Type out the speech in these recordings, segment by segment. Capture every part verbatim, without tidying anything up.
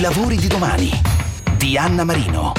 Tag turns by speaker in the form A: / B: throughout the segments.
A: lavori di domani di Anna Marino.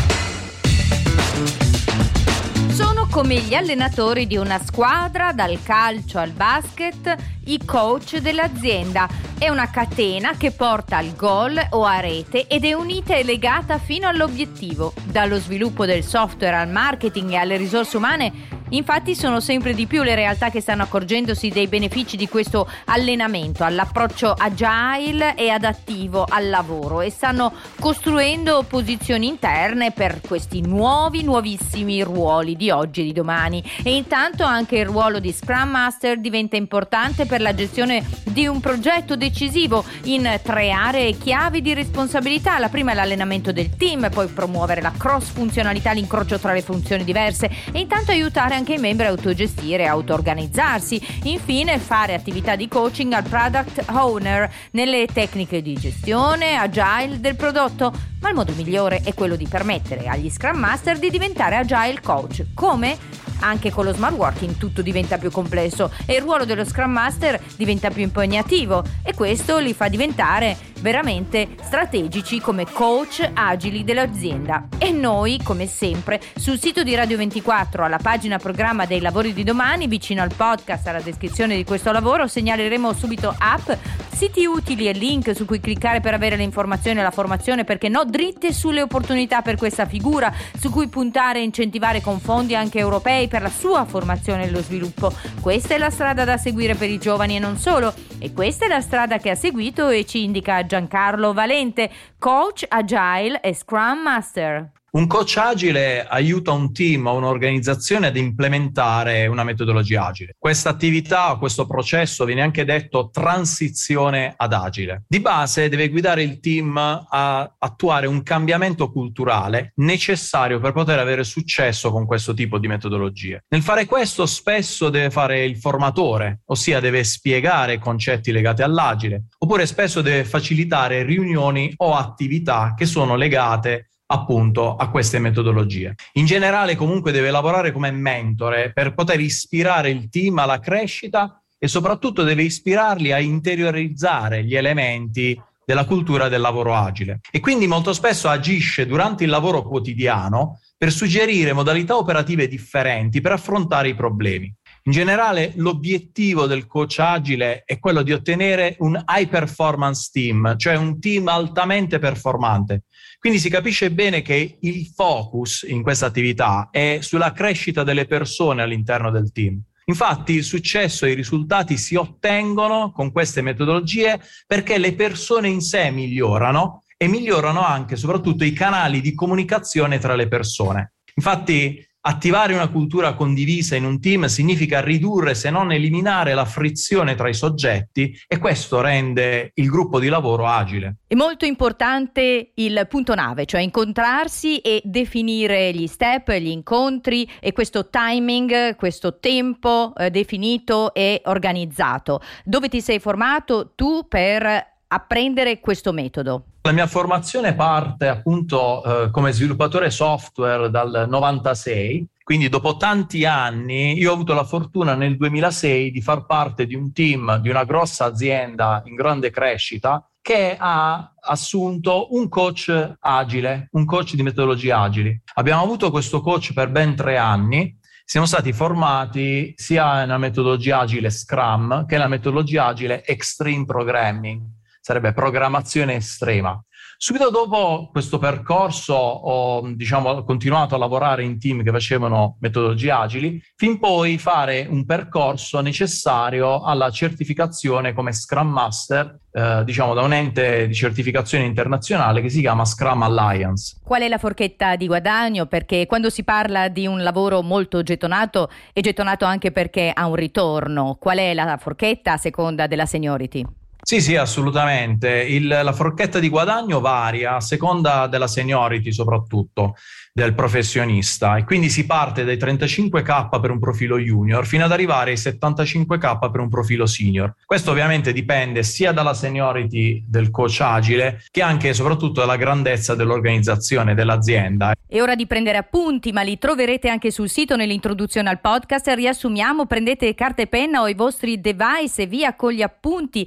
B: Sono come gli allenatori di una squadra, dal calcio al basket, i coach dell'azienda. È una catena che porta al gol o a rete ed è unita e legata fino all'obiettivo. Dallo sviluppo del software al marketing e alle risorse umane, infatti sono sempre di più le realtà che stanno accorgendosi dei benefici di questo allenamento, all'approccio agile e adattivo al lavoro, e stanno costruendo posizioni interne per questi nuovi, nuovissimi ruoli di oggi e di domani. E intanto anche il ruolo di Scrum Master diventa importante per la gestione di un progetto decisivo in tre aree chiavi di responsabilità. La prima è l'allenamento del team, poi promuovere la cross funzionalità, l'incrocio tra le funzioni diverse, e intanto aiutare anche i membri a autogestire e auto-organizzarsi. Infine fare attività di coaching al product owner nelle tecniche di gestione agile del prodotto. Ma il modo migliore è quello di permettere agli Scrum Master di diventare agile coach. Come? Anche con lo smart working tutto diventa più complesso e il ruolo dello Scrum Master diventa più impegnativo, e questo li fa diventare veramente strategici come coach agili dell'azienda. E noi, come sempre, sul sito di Radio ventiquattro, alla pagina programma dei lavori di domani, vicino al podcast, alla descrizione di questo lavoro, segnaleremo subito app, siti utili e link su cui cliccare per avere le informazioni e la formazione, perché no, dritte sulle opportunità per questa figura, su cui puntare e incentivare con fondi anche europei per la sua formazione e lo sviluppo. Questa è la strada da seguire per i giovani e non solo, e questa è la strada che ha seguito e ci indica Giancarlo Valente, coach agile e Scrum Master.
C: Un coach agile aiuta un team o un'organizzazione ad implementare una metodologia agile. Questa attività, questo processo viene anche detto transizione ad agile. Di base deve guidare il team a attuare un cambiamento culturale necessario per poter avere successo con questo tipo di metodologie. Nel fare questo spesso deve fare il formatore, ossia deve spiegare concetti legati all'agile, oppure spesso deve facilitare riunioni o attività che sono legate appunto a queste metodologie. In generale comunque deve lavorare come mentore per poter ispirare il team alla crescita e soprattutto deve ispirarli a interiorizzare gli elementi della cultura del lavoro agile. E quindi molto spesso agisce durante il lavoro quotidiano per suggerire modalità operative differenti per affrontare i problemi. In generale l'obiettivo del coach agile è quello di ottenere un high performance team, cioè un team altamente performante. Quindi si capisce bene che il focus in questa attività è sulla crescita delle persone all'interno del team. Infatti il successo e i risultati si ottengono con queste metodologie perché le persone in sé migliorano e migliorano anche soprattutto i canali di comunicazione tra le persone. Infatti attivare una cultura condivisa in un team significa ridurre, se non eliminare, la frizione tra i soggetti, e questo rende il gruppo di lavoro agile.
B: È molto importante il punto nave, cioè incontrarsi e definire gli step, gli incontri e questo timing, questo tempo eh, definito e organizzato. Dove ti sei formato tu per apprendere questo metodo?
C: La mia formazione parte appunto eh, come sviluppatore software dal novantasei, quindi dopo tanti anni io ho avuto la fortuna nel duemilasei di far parte di un team di una grossa azienda in grande crescita che ha assunto un coach agile, un coach di metodologie agili. Abbiamo avuto questo coach per ben tre anni. Siamo stati formati sia nella metodologia agile Scrum che nella metodologia agile Extreme Programming. Sarebbe programmazione estrema. Subito dopo questo percorso ho, diciamo, continuato a lavorare in team che facevano metodologie agili, fin poi fare un percorso necessario alla certificazione come Scrum Master, eh, diciamo da un ente di certificazione internazionale che si chiama Scrum Alliance.
B: Qual è la forchetta di guadagno? Perché quando si parla di un lavoro molto gettonato, è gettonato anche perché ha un ritorno. Qual è la forchetta a seconda della seniority?
C: Sì, sì, assolutamente. Il, la forchetta di guadagno varia a seconda della seniority, soprattutto del professionista, e quindi si parte dai trentacinque K per un profilo junior fino ad arrivare ai settantacinque K per un profilo senior. Questo ovviamente dipende sia dalla seniority del coach agile che anche e soprattutto dalla grandezza dell'organizzazione, dell'azienda.
B: È ora di prendere appunti, ma li troverete anche sul sito nell'introduzione al podcast. Riassumiamo: prendete carta e penna o i vostri device e via con gli appunti. E quali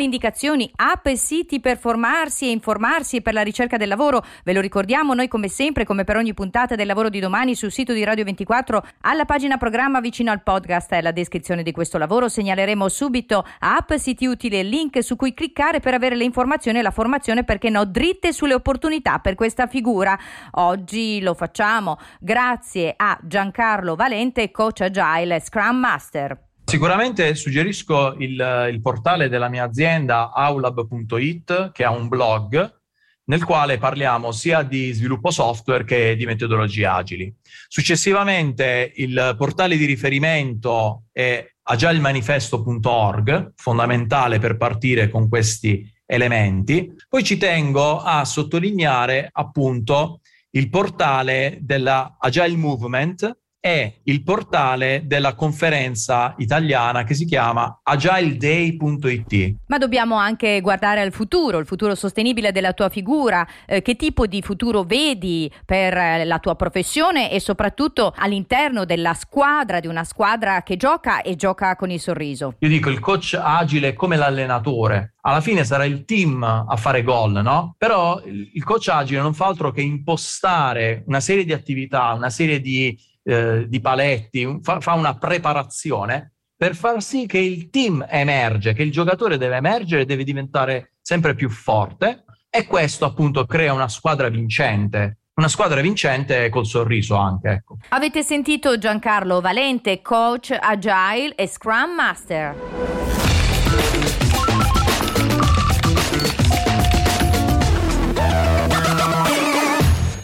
B: canali, indicazioni, app e siti per formarsi e informarsi e per la ricerca del lavoro. Ve lo ricordiamo, noi come sempre, come per ogni puntata del Lavoro di Domani, sul sito di Radio ventiquattro, alla pagina programma vicino al podcast e alla descrizione di questo lavoro segnaleremo subito app, siti utili e link su cui cliccare per avere le informazioni e la formazione, perché no, dritte sulle opportunità per questa figura. Oggi lo facciamo grazie a Giancarlo Valente, coach agile e Scrum Master.
C: Sicuramente suggerisco il, il portale della mia azienda aulab punto it, che ha un blog nel quale parliamo sia di sviluppo software che di metodologie agili. Successivamente il portale di riferimento è agile manifesto punto org, fondamentale per partire con questi elementi. Poi ci tengo a sottolineare appunto il portale della Agile Movement e il portale della conferenza italiana che si chiama agile day punto it.
B: Ma dobbiamo anche guardare al futuro, il futuro sostenibile della tua figura. Eh, che tipo di futuro vedi per eh, la tua professione e soprattutto all'interno della squadra, di una squadra che gioca e gioca con il sorriso?
C: Io dico, il coach agile è come l'allenatore. Alla fine sarà il team a fare gol, no? Però il coach agile non fa altro che impostare una serie di attività, una serie di Eh, di paletti, fa, fa una preparazione per far sì che il team emerge, che il giocatore deve emergere, deve diventare sempre più forte, e questo appunto crea una squadra vincente. Una squadra vincente col sorriso anche, ecco.
B: Avete sentito Giancarlo Valente, coach agile e Scrum Master.